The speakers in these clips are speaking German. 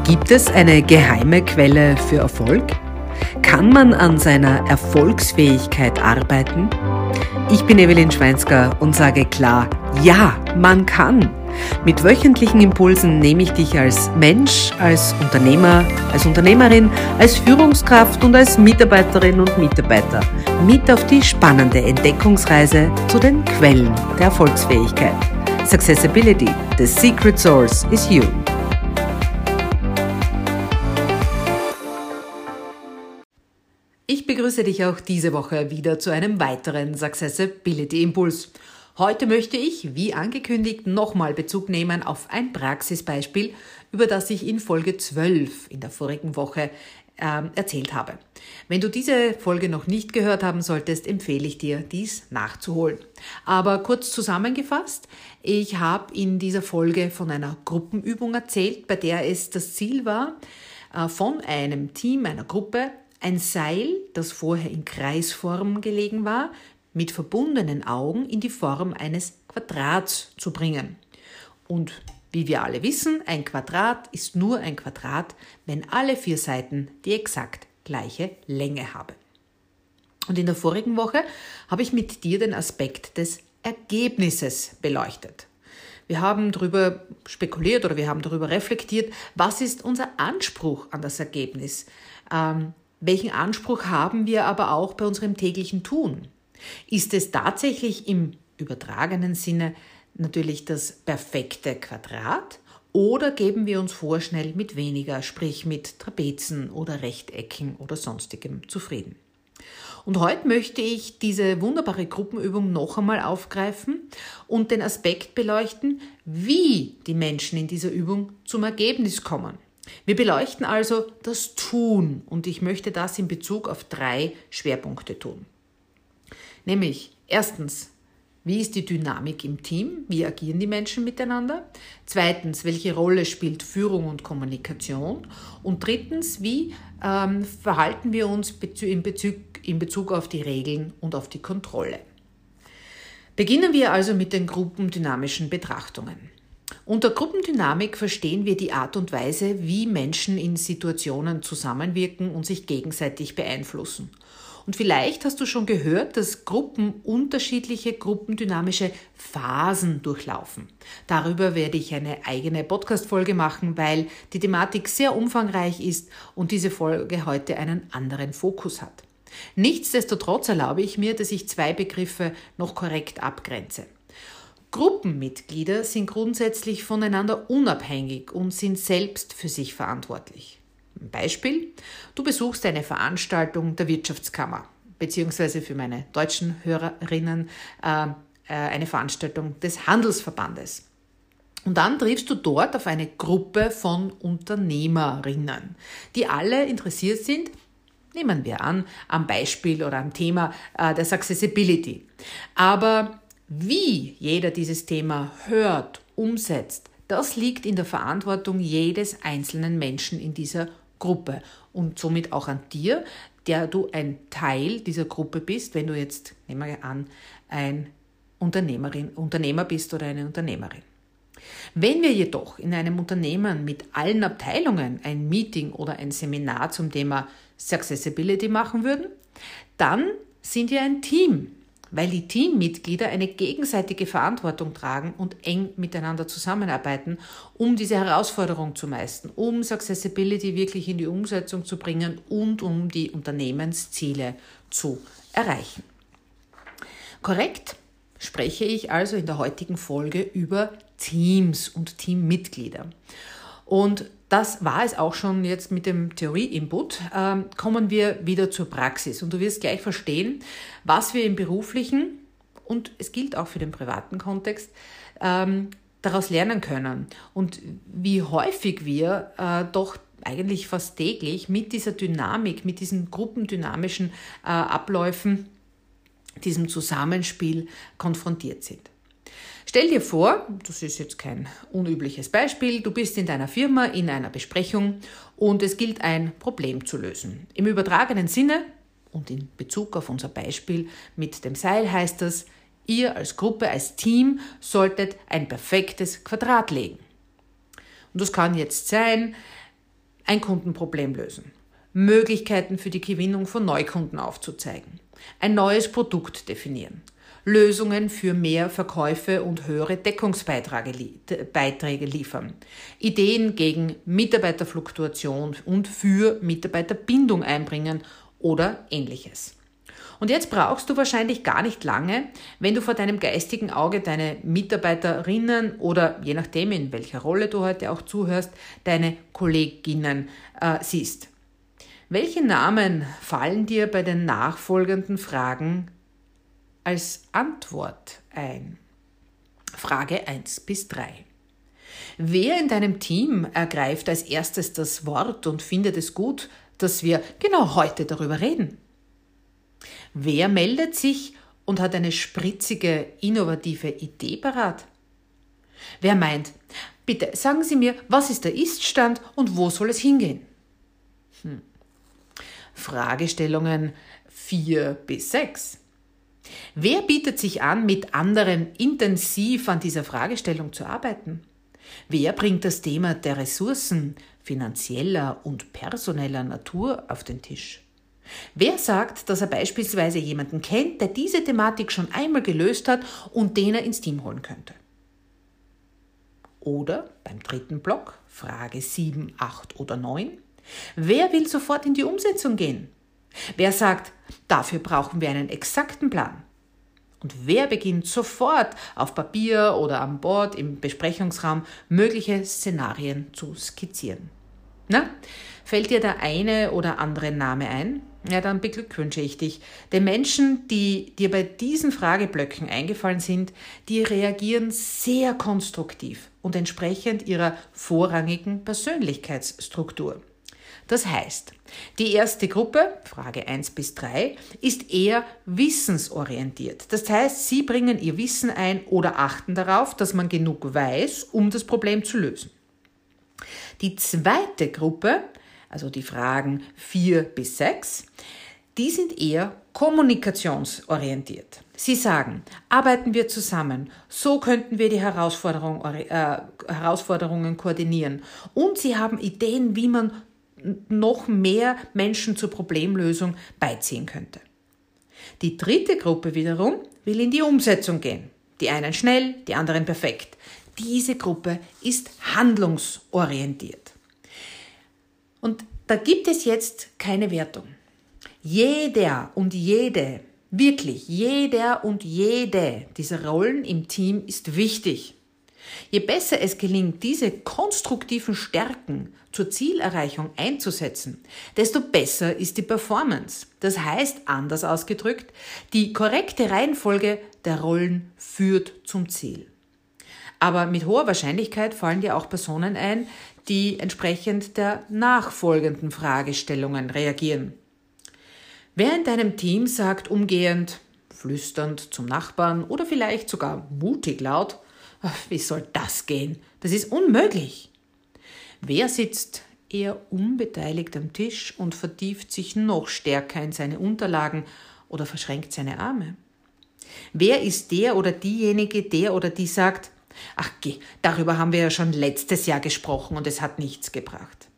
Gibt es eine geheime Quelle für Erfolg? Kann man an seiner Erfolgsfähigkeit arbeiten? Ich bin Evelyn Schweinsker und sage klar, ja, man kann. Mit wöchentlichen Impulsen nehme ich dich als Mensch, als Unternehmer, als Unternehmerin, als Führungskraft und als Mitarbeiterin und Mitarbeiter mit auf die spannende Entdeckungsreise zu den Quellen der Erfolgsfähigkeit. Successability, the secret source is you. Ich begrüße dich auch diese Woche wieder zu einem weiteren Successability-Impuls. Heute möchte ich, wie angekündigt, nochmal Bezug nehmen auf ein Praxisbeispiel, über das ich in Folge 12 in der vorigen Woche erzählt habe. Wenn du diese Folge noch nicht gehört haben solltest, empfehle ich dir, dies nachzuholen. Aber kurz zusammengefasst, ich habe in dieser Folge von einer Gruppenübung erzählt, bei der es das Ziel war, von einem Team, einer Gruppe, ein Seil, das vorher in Kreisform gelegen war, mit verbundenen Augen in die Form eines Quadrats zu bringen. Und wie wir alle wissen, ein Quadrat ist nur ein Quadrat, wenn alle 4 Seiten die exakt gleiche Länge haben. Und in der vorigen Woche habe ich mit dir den Aspekt des Ergebnisses beleuchtet. Wir haben darüber spekuliert oder wir haben darüber reflektiert, was ist unser Anspruch an das Ergebnis? Welchen Anspruch haben wir aber auch bei unserem täglichen Tun? Ist es tatsächlich im übertragenen Sinne natürlich das perfekte Quadrat oder geben wir uns vorschnell mit weniger, sprich mit Trapezen oder Rechtecken oder sonstigem zufrieden? Und heute möchte ich diese wunderbare Gruppenübung noch einmal aufgreifen und den Aspekt beleuchten, wie die Menschen in dieser Übung zum Ergebnis kommen. Wir beleuchten also das Tun und ich möchte das in Bezug auf 3 Schwerpunkte tun. Nämlich erstens, wie ist die Dynamik im Team? Wie agieren die Menschen miteinander? Zweitens, welche Rolle spielt Führung und Kommunikation? Und drittens, wie verhalten wir uns in Bezug auf die Regeln und auf die Kontrolle? Beginnen wir also mit den gruppendynamischen Betrachtungen. Unter Gruppendynamik verstehen wir die Art und Weise, wie Menschen in Situationen zusammenwirken und sich gegenseitig beeinflussen. Und vielleicht hast du schon gehört, dass Gruppen unterschiedliche gruppendynamische Phasen durchlaufen. Darüber werde ich eine eigene Podcast-Folge machen, weil die Thematik sehr umfangreich ist und diese Folge heute einen anderen Fokus hat. Nichtsdestotrotz erlaube ich mir, dass ich 2 Begriffe noch korrekt abgrenze. Gruppenmitglieder sind grundsätzlich voneinander unabhängig und sind selbst für sich verantwortlich. Ein Beispiel: Du besuchst eine Veranstaltung der Wirtschaftskammer, beziehungsweise für meine deutschen Hörerinnen eine Veranstaltung des Handelsverbandes. Und dann triffst du dort auf eine Gruppe von Unternehmerinnen, die alle interessiert sind, nehmen wir an, am Beispiel oder am Thema der Successability. Aber wie jeder dieses Thema hört, umsetzt, das liegt in der Verantwortung jedes einzelnen Menschen in dieser Gruppe und somit auch an dir, der du ein Teil dieser Gruppe bist, wenn du jetzt, nehmen wir an, ein Unternehmer bist oder eine Unternehmerin. Wenn wir jedoch in einem Unternehmen mit allen Abteilungen ein Meeting oder ein Seminar zum Thema Successability machen würden, dann sind wir ein Team, weil die Teammitglieder eine gegenseitige Verantwortung tragen und eng miteinander zusammenarbeiten, um diese Herausforderung zu meistern, um Successability wirklich in die Umsetzung zu bringen und um die Unternehmensziele zu erreichen. Korrekt spreche ich also in der heutigen Folge über Teams und Teammitglieder. Und das war es auch schon jetzt mit dem Theorie-Input. Kommen wir wieder zur Praxis und du wirst gleich verstehen, was wir im beruflichen und es gilt auch für den privaten Kontext daraus lernen können und wie häufig wir doch eigentlich fast täglich mit dieser Dynamik, mit diesen gruppendynamischen Abläufen, diesem Zusammenspiel konfrontiert sind. Stell dir vor, das ist jetzt kein unübliches Beispiel, du bist in deiner Firma in einer Besprechung und es gilt ein Problem zu lösen. Im übertragenen Sinne und in Bezug auf unser Beispiel mit dem Seil heißt das, ihr als Gruppe, als Team solltet ein perfektes Quadrat legen. Und das kann jetzt sein, ein Kundenproblem lösen, Möglichkeiten für die Gewinnung von Neukunden aufzuzeigen, ein neues Produkt definieren, Lösungen für mehr Verkäufe und höhere Deckungsbeiträge liefern, Ideen gegen Mitarbeiterfluktuation und für Mitarbeiterbindung einbringen oder Ähnliches. Und jetzt brauchst du wahrscheinlich gar nicht lange, wenn du vor deinem geistigen Auge deine Mitarbeiterinnen oder je nachdem, in welcher Rolle du heute auch zuhörst, deine Kolleginnen siehst. Welche Namen fallen dir bei den nachfolgenden Fragen als Antwort ein? Frage 1 bis 3. Wer in deinem Team ergreift als erstes das Wort und findet es gut, dass wir genau heute darüber reden? Wer meldet sich und hat eine spritzige, innovative Idee parat? Wer meint, bitte sagen Sie mir, was ist der Ist-Stand und wo soll es hingehen? Fragestellungen 4 bis 6. Wer bietet sich an, mit anderen intensiv an dieser Fragestellung zu arbeiten? Wer bringt das Thema der Ressourcen finanzieller und personeller Natur auf den Tisch? Wer sagt, dass er beispielsweise jemanden kennt, der diese Thematik schon einmal gelöst hat und den er ins Team holen könnte? Oder beim dritten Block, Frage 7, 8 oder 9, wer will sofort in die Umsetzung gehen? Wer sagt, dafür brauchen wir einen exakten Plan? Und wer beginnt sofort auf Papier oder an Bord im Besprechungsraum mögliche Szenarien zu skizzieren? Na, fällt dir der eine oder andere Name ein? Ja, dann beglückwünsche ich dich. Den Menschen, die dir bei diesen Frageblöcken eingefallen sind, die reagieren sehr konstruktiv und entsprechend ihrer vorrangigen Persönlichkeitsstruktur. Das heißt, die erste Gruppe, Frage 1 bis 3, ist eher wissensorientiert. Das heißt, sie bringen ihr Wissen ein oder achten darauf, dass man genug weiß, um das Problem zu lösen. Die zweite Gruppe, also die Fragen 4 bis 6, die sind eher kommunikationsorientiert. Sie sagen, arbeiten wir zusammen, so könnten wir die Herausforderungen koordinieren. Und sie haben Ideen, wie man noch mehr Menschen zur Problemlösung beiziehen könnte. Die dritte Gruppe wiederum will in die Umsetzung gehen. Die einen schnell, die anderen perfekt. Diese Gruppe ist handlungsorientiert. Und da gibt es jetzt keine Wertung. Jeder und jede, wirklich jeder und jede dieser Rollen im Team ist wichtig. Je besser es gelingt, diese konstruktiven Stärken zur Zielerreichung einzusetzen, desto besser ist die Performance. Das heißt, anders ausgedrückt, die korrekte Reihenfolge der Rollen führt zum Ziel. Aber mit hoher Wahrscheinlichkeit fallen dir auch Personen ein, die entsprechend der nachfolgenden Fragestellungen reagieren. Wer in deinem Team sagt umgehend, flüsternd zum Nachbarn oder vielleicht sogar mutig laut, wie soll das gehen? Das ist unmöglich. Wer sitzt eher unbeteiligt am Tisch und vertieft sich noch stärker in seine Unterlagen oder verschränkt seine Arme? Wer ist der oder diejenige, der oder die sagt, ach geh, darüber haben wir ja schon letztes Jahr gesprochen und es hat nichts gebracht?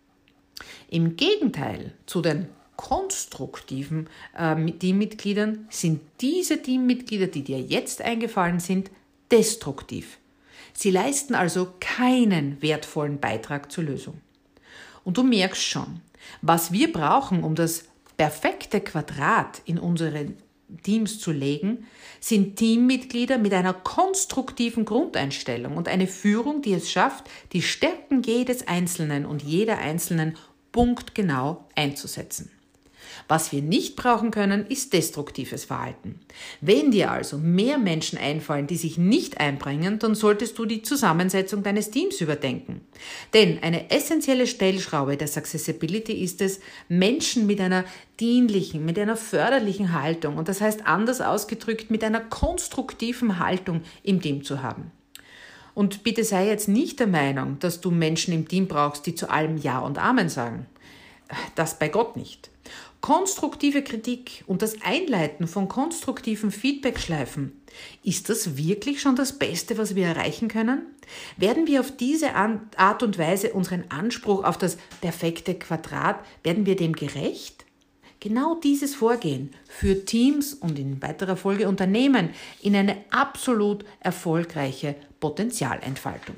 Im Gegenteil zu den konstruktiven Teammitgliedern sind diese Teammitglieder, die dir jetzt eingefallen sind, destruktiv. Sie leisten also keinen wertvollen Beitrag zur Lösung. Und du merkst schon, was wir brauchen, um das perfekte Quadrat in unsere Teams zu legen, sind Teammitglieder mit einer konstruktiven Grundeinstellung und eine Führung, die es schafft, die Stärken jedes Einzelnen und jeder Einzelnen punktgenau einzusetzen. Was wir nicht brauchen können, ist destruktives Verhalten. Wenn dir also mehr Menschen einfallen, die sich nicht einbringen, dann solltest du die Zusammensetzung deines Teams überdenken. Denn eine essentielle Stellschraube der Accessibility ist es, Menschen mit einer dienlichen, mit einer förderlichen Haltung, und das heißt anders ausgedrückt, mit einer konstruktiven Haltung im Team zu haben. Und bitte sei jetzt nicht der Meinung, dass du Menschen im Team brauchst, die zu allem Ja und Amen sagen. Das bei Gott nicht. Konstruktive Kritik und das Einleiten von konstruktiven Feedbackschleifen, ist das wirklich schon das Beste, was wir erreichen können? Werden wir auf diese Art und Weise unseren Anspruch auf das perfekte Quadrat, werden wir dem gerecht? Genau dieses Vorgehen führt Teams und in weiterer Folge Unternehmen in eine absolut erfolgreiche Potenzialentfaltung.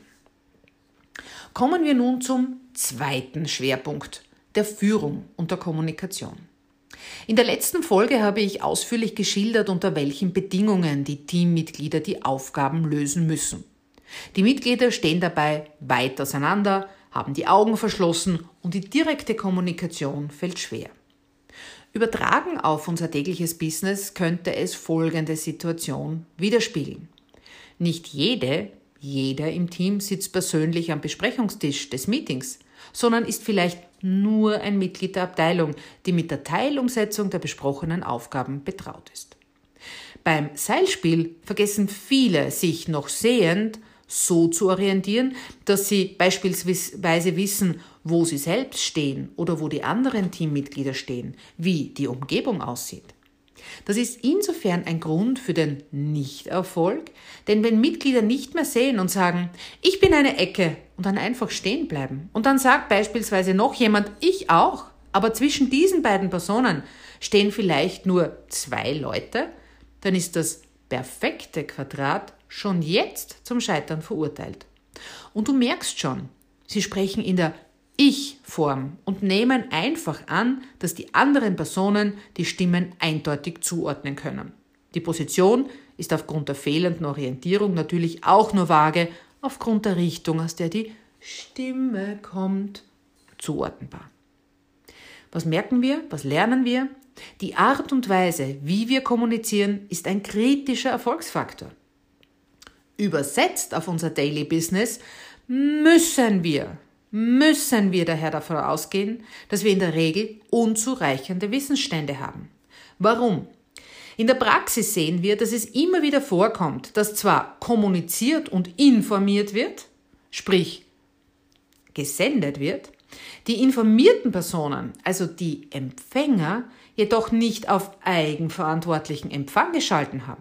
Kommen wir nun zum zweiten Schwerpunkt, der Führung und der Kommunikation. In der letzten Folge habe ich ausführlich geschildert, unter welchen Bedingungen die Teammitglieder die Aufgaben lösen müssen. Die Mitglieder stehen dabei weit auseinander, haben die Augen verschlossen und die direkte Kommunikation fällt schwer. Übertragen auf unser tägliches Business könnte es folgende Situation widerspiegeln. Nicht jeder im Team sitzt persönlich am Besprechungstisch des Meetings, sondern ist vielleicht nur ein Mitglied der Abteilung, die mit der Teilumsetzung der besprochenen Aufgaben betraut ist. Beim Seilspiel vergessen viele, sich noch sehend so zu orientieren, dass sie beispielsweise wissen, wo sie selbst stehen oder wo die anderen Teammitglieder stehen, wie die Umgebung aussieht. Das ist insofern ein Grund für den Nichterfolg, denn wenn Mitglieder nicht mehr sehen und sagen, ich bin eine Ecke und dann einfach stehen bleiben und dann sagt beispielsweise noch jemand, ich auch, aber zwischen diesen beiden Personen stehen vielleicht nur 2 Leute, dann ist das perfekte Quadrat schon jetzt zum Scheitern verurteilt. Und du merkst schon, sie sprechen in der Ich-Form und nehmen einfach an, dass die anderen Personen die Stimmen eindeutig zuordnen können. Die Position ist aufgrund der fehlenden Orientierung natürlich auch nur vage, aufgrund der Richtung, aus der die Stimme kommt, zuordnenbar. Was merken wir? Was lernen wir? Die Art und Weise, wie wir kommunizieren, ist ein kritischer Erfolgsfaktor. Übersetzt auf unser Daily Business müssen wir daher davon ausgehen, dass wir in der Regel unzureichende Wissensstände haben. Warum? In der Praxis sehen wir, dass es immer wieder vorkommt, dass zwar kommuniziert und informiert wird, sprich gesendet wird, die informierten Personen, also die Empfänger, jedoch nicht auf eigenverantwortlichen Empfang geschalten haben.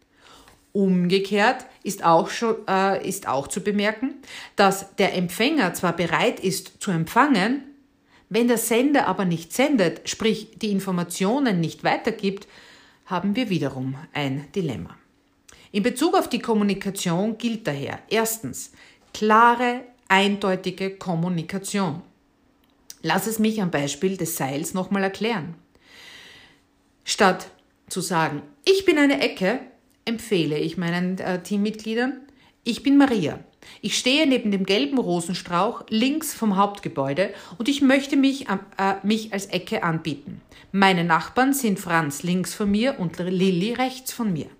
Umgekehrt ist auch zu bemerken, dass der Empfänger zwar bereit ist zu empfangen, wenn der Sender aber nicht sendet, sprich die Informationen nicht weitergibt, haben wir wiederum ein Dilemma. In Bezug auf die Kommunikation gilt daher erstens klare, eindeutige Kommunikation. Lass es mich am Beispiel des Seils nochmal erklären. Statt zu sagen, ich bin eine Ecke, empfehle ich meinen Teammitgliedern, ich bin Maria. Ich stehe neben dem gelben Rosenstrauch links vom Hauptgebäude und ich möchte mich als Ecke anbieten. Meine Nachbarn sind Franz links von mir und Lilli rechts von mir.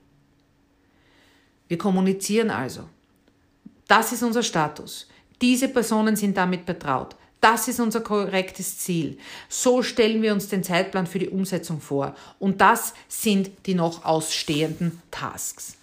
Wir kommunizieren also. Das ist unser Status. Diese Personen sind damit betraut. Das ist unser korrektes Ziel. So stellen wir uns den Zeitplan für die Umsetzung vor. Und das sind die noch ausstehenden Tasks.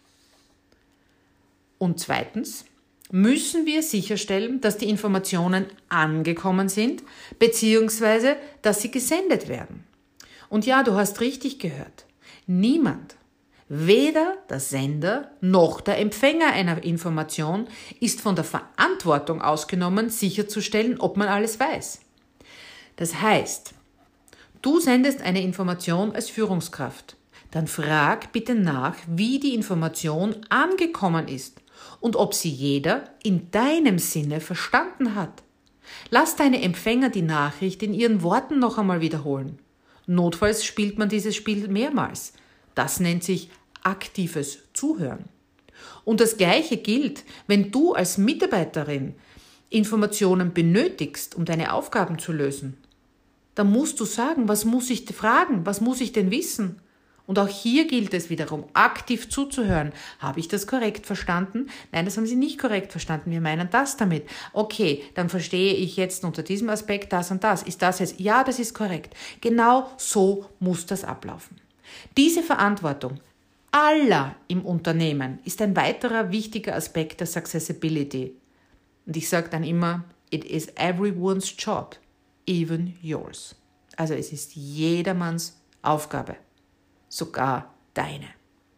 Und zweitens müssen wir sicherstellen, dass die Informationen angekommen sind, beziehungsweise dass sie gesendet werden. Und ja, du hast richtig gehört. Niemand, weder der Sender noch der Empfänger einer Information ist von der Verantwortung ausgenommen, sicherzustellen, ob man alles weiß. Das heißt, du sendest eine Information als Führungskraft. Dann frag bitte nach, wie die Information angekommen ist und ob sie jeder in deinem Sinne verstanden hat. Lass deine Empfänger die Nachricht in ihren Worten noch einmal wiederholen. Notfalls spielt man dieses Spiel mehrmals. Das nennt sich aktives Zuhören. Und das Gleiche gilt, wenn du als Mitarbeiterin Informationen benötigst, um deine Aufgaben zu lösen. Dann musst du sagen, was muss ich fragen, was muss ich denn wissen? Und auch hier gilt es wiederum, aktiv zuzuhören. Habe ich das korrekt verstanden? Nein, das haben Sie nicht korrekt verstanden. Wir meinen das damit. Okay, dann verstehe ich jetzt unter diesem Aspekt das und das. Ist das jetzt? Ja, das ist korrekt. Genau so muss das ablaufen. Diese Verantwortung aller im Unternehmen ist ein weiterer wichtiger Aspekt der Successibility. Und ich sage dann immer, it is everyone's job, even yours. Also es ist jedermanns Aufgabe, sogar deine.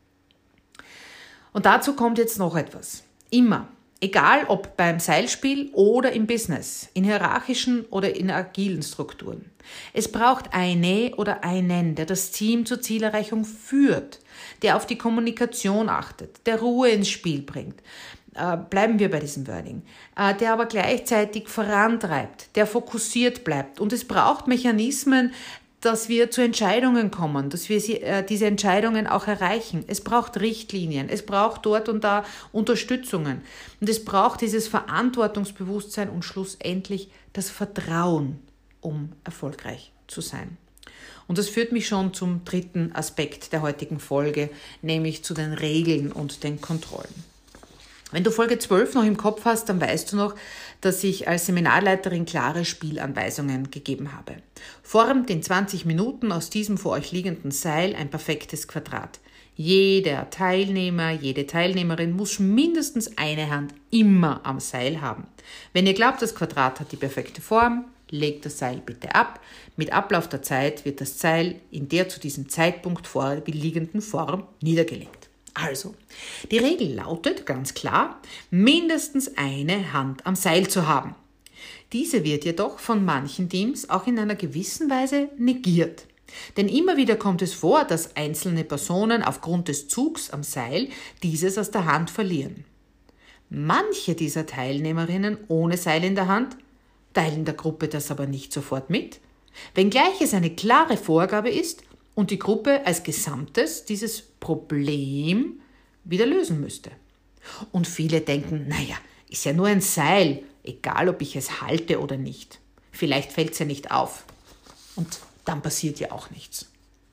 Und dazu kommt jetzt noch etwas. Immer, egal ob beim Seilspiel oder im Business, in hierarchischen oder in agilen Strukturen. Es braucht eine oder einen, der das Team zur Zielerreichung führt, der auf die Kommunikation achtet, der Ruhe ins Spiel bringt. Bleiben wir bei diesem Wording, der aber gleichzeitig vorantreibt, der fokussiert bleibt. Und es braucht Mechanismen, dass wir zu Entscheidungen kommen, dass wir diese Entscheidungen auch erreichen. Es braucht Richtlinien, es braucht dort und da Unterstützungen. Und es braucht dieses Verantwortungsbewusstsein und schlussendlich das Vertrauen, um erfolgreich zu sein. Und das führt mich schon zum dritten Aspekt der heutigen Folge, nämlich zu den Regeln und den Kontrollen. Wenn du Folge 12 noch im Kopf hast, dann weißt du noch, dass ich als Seminarleiterin klare Spielanweisungen gegeben habe. Formt in 20 Minuten aus diesem vor euch liegenden Seil ein perfektes Quadrat. Jeder Teilnehmer, jede Teilnehmerin muss mindestens eine Hand immer am Seil haben. Wenn ihr glaubt, das Quadrat hat die perfekte Form, legt das Seil bitte ab. Mit Ablauf der Zeit wird das Seil in der zu diesem Zeitpunkt vorliegenden Form niedergelegt. Also, die Regel lautet ganz klar, mindestens eine Hand am Seil zu haben. Diese wird jedoch von manchen Teams auch in einer gewissen Weise negiert. Denn immer wieder kommt es vor, dass einzelne Personen aufgrund des Zugs am Seil dieses aus der Hand verlieren. Manche dieser Teilnehmerinnen ohne Seil in der Hand teilen der Gruppe das aber nicht sofort mit, wenngleich es eine klare Vorgabe ist, und die Gruppe als Gesamtes dieses Problem wieder lösen müsste. Und viele denken, naja, ist ja nur ein Seil, egal ob ich es halte oder nicht. Vielleicht fällt es ja nicht auf. Und dann passiert ja auch nichts.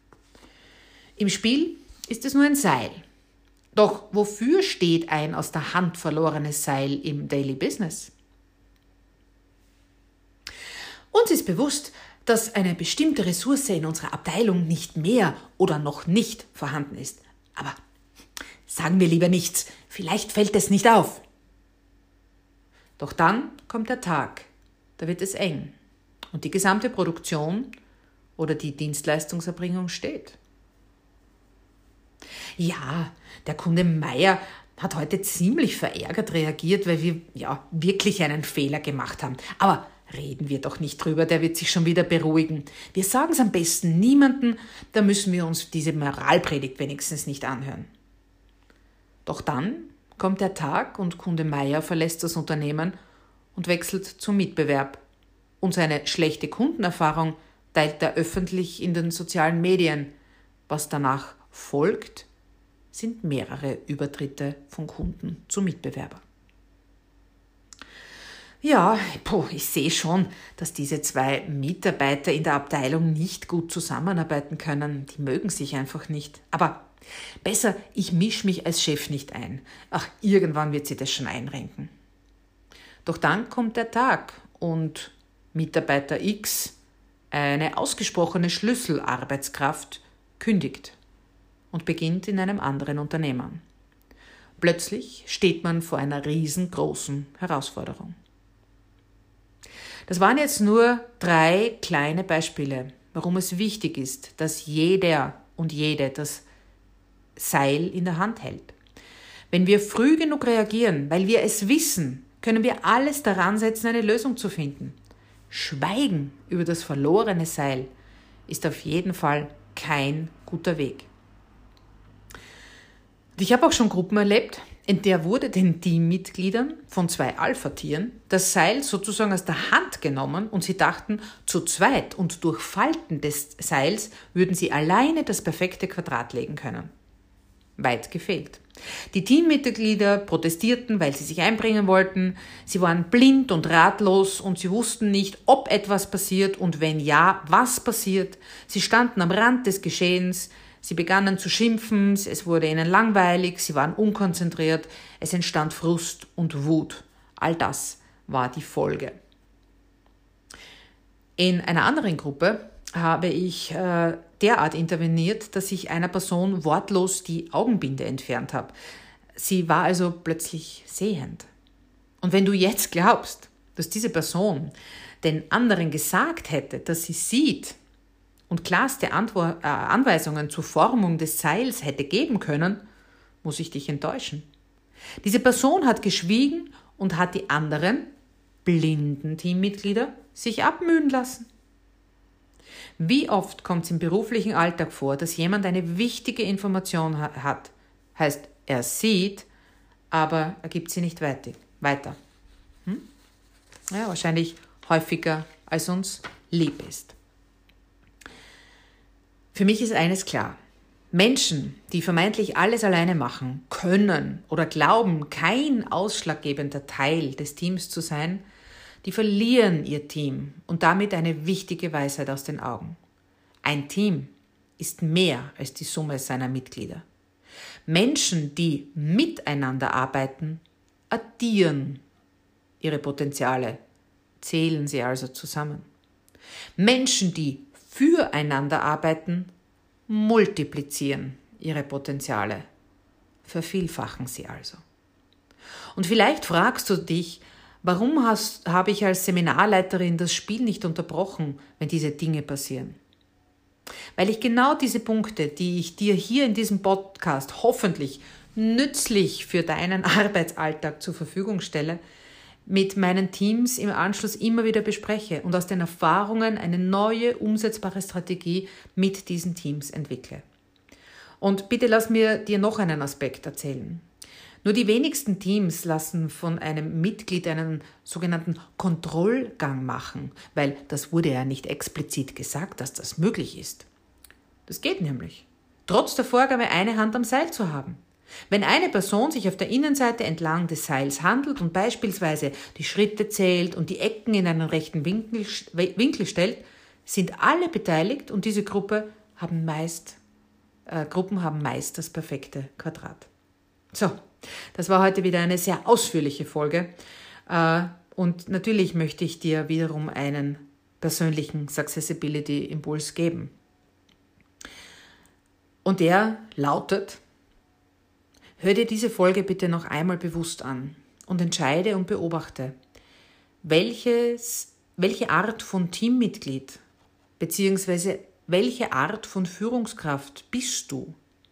Im Spiel ist es nur ein Seil. Doch wofür steht ein aus der Hand verlorenes Seil im Daily Business? Uns ist bewusst, dass eine bestimmte Ressource in unserer Abteilung nicht mehr oder noch nicht vorhanden ist. Aber sagen wir lieber nichts, vielleicht fällt es nicht auf. Doch dann kommt der Tag, da wird es eng und die gesamte Produktion oder die Dienstleistungserbringung steht. Ja, der Kunde Meier hat heute ziemlich verärgert reagiert, weil wir wirklich einen Fehler gemacht haben. Aber reden wir doch nicht drüber, der wird sich schon wieder beruhigen. Wir sagen es am besten niemandem, da müssen wir uns diese Moralpredigt wenigstens nicht anhören. Doch dann kommt der Tag und Kunde Meier verlässt das Unternehmen und wechselt zum Mitbewerb. Und seine schlechte Kundenerfahrung teilt er öffentlich in den sozialen Medien. Was danach folgt, sind mehrere Übertritte von Kunden zu Mitbewerbern. Ja, ich sehe schon, dass diese zwei Mitarbeiter in der Abteilung nicht gut zusammenarbeiten können. Die mögen sich einfach nicht. Aber besser, ich mische mich als Chef nicht ein. Ach, irgendwann wird sie das schon einrenken. Doch dann kommt der Tag und Mitarbeiter X, eine ausgesprochene Schlüsselarbeitskraft, kündigt und beginnt in einem anderen Unternehmen. Plötzlich steht man vor einer riesengroßen Herausforderung. Das waren jetzt nur 3 kleine Beispiele, warum es wichtig ist, dass jeder und jede das Seil in der Hand hält. Wenn wir früh genug reagieren, weil wir es wissen, können wir alles daran setzen, eine Lösung zu finden. Schweigen über das verlorene Seil ist auf jeden Fall kein guter Weg. Ich habe auch schon Gruppen erlebt, in der wurde den Teammitgliedern von 2 Alpha-Tieren das Seil sozusagen aus der Hand genommen und sie dachten, zu zweit und durch Falten des Seils würden sie alleine das perfekte Quadrat legen können. Weit gefehlt. Die Teammitglieder protestierten, weil sie sich einbringen wollten. Sie waren blind und ratlos und sie wussten nicht, ob etwas passiert und wenn ja, was passiert. Sie standen am Rand des Geschehens. Sie begannen zu schimpfen, es wurde ihnen langweilig, sie waren unkonzentriert, es entstand Frust und Wut. All das war die Folge. In einer anderen Gruppe habe ich derart interveniert, dass ich einer Person wortlos die Augenbinde entfernt habe. Sie war also plötzlich sehend. Und wenn du jetzt glaubst, dass diese Person den anderen gesagt hätte, dass sie sieht, und klarste Anweisungen zur Formung des Seils hätte geben können, muss ich dich enttäuschen. Diese Person hat geschwiegen und hat die anderen, blinden Teammitglieder, sich abmühen lassen. Wie oft kommt es im beruflichen Alltag vor, dass jemand eine wichtige Information hat, heißt, er sieht, aber er gibt sie nicht weiter. Ja, wahrscheinlich häufiger, als uns lieb ist. Für mich ist eines klar. Menschen, die vermeintlich alles alleine machen, können oder glauben, kein ausschlaggebender Teil des Teams zu sein, die verlieren ihr Team und damit eine wichtige Weisheit aus den Augen. Ein Team ist mehr als die Summe seiner Mitglieder. Menschen, die miteinander arbeiten, addieren ihre Potenziale, zählen sie also zusammen. Menschen, die füreinander arbeiten, multiplizieren ihre Potenziale, vervielfachen sie also. Und vielleicht fragst du dich, warum habe ich als Seminarleiterin das Spiel nicht unterbrochen, wenn diese Dinge passieren? Weil ich genau diese Punkte, die ich dir hier in diesem Podcast hoffentlich nützlich für deinen Arbeitsalltag zur Verfügung stelle, mit meinen Teams im Anschluss immer wieder bespreche und aus den Erfahrungen eine neue, umsetzbare Strategie mit diesen Teams entwickle. Und bitte lass mir dir noch einen Aspekt erzählen. Nur die wenigsten Teams lassen von einem Mitglied einen sogenannten Kontrollgang machen, weil das wurde ja nicht explizit gesagt, dass das möglich ist. Das geht nämlich. Trotz der Vorgabe, eine Hand am Seil zu haben. Wenn eine Person sich auf der Innenseite entlang des Seils handelt und beispielsweise die Schritte zählt und die Ecken in einen rechten Winkel stellt, sind alle beteiligt und diese Gruppen haben meist das perfekte Quadrat. So, das war heute wieder eine sehr ausführliche Folge und natürlich möchte ich dir wiederum einen persönlichen Successibility-Impuls geben. Und der lautet: Hör dir diese Folge bitte noch einmal bewusst an und entscheide und beobachte, welche Art von Teammitglied bzw. welche Art von Führungskraft bist du?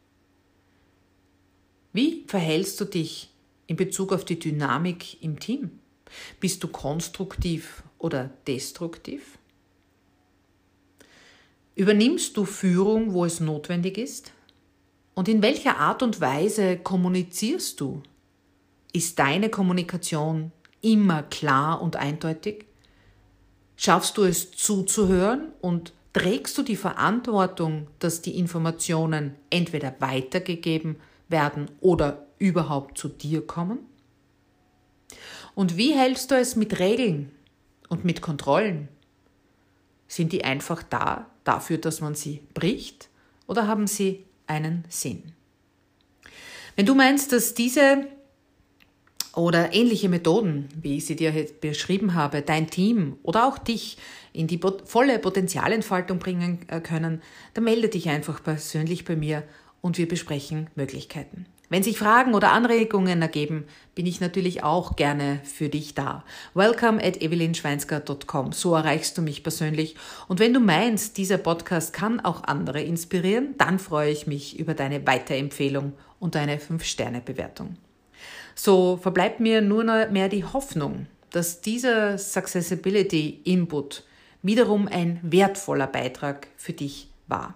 Wie verhältst du dich in Bezug auf die Dynamik im Team? Bist du konstruktiv oder destruktiv? Übernimmst du Führung, wo es notwendig ist? Und in welcher Art und Weise kommunizierst du? Ist deine Kommunikation immer klar und eindeutig? Schaffst du es zuzuhören und trägst du die Verantwortung, dass die Informationen entweder weitergegeben werden oder überhaupt zu dir kommen? Und wie hältst du es mit Regeln und mit Kontrollen? Sind die einfach dafür, dass man sie bricht, oder haben sie einen Sinn? Wenn du meinst, dass diese oder ähnliche Methoden, wie ich sie dir beschrieben habe, dein Team oder auch dich in die volle Potenzialentfaltung bringen können, dann melde dich einfach persönlich bei mir und wir besprechen Möglichkeiten. Wenn sich Fragen oder Anregungen ergeben, bin ich natürlich auch gerne für dich da. welcome@evelinschweinsker.com, so erreichst du mich persönlich. Und wenn du meinst, dieser Podcast kann auch andere inspirieren, dann freue ich mich über deine Weiterempfehlung und eine 5-Sterne-Bewertung. So verbleibt mir nur mehr die Hoffnung, dass dieser Successibility-Input wiederum ein wertvoller Beitrag für dich war.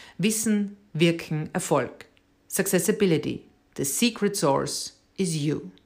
Wissen, Wirken, Erfolg. Successibility. The secret source is you.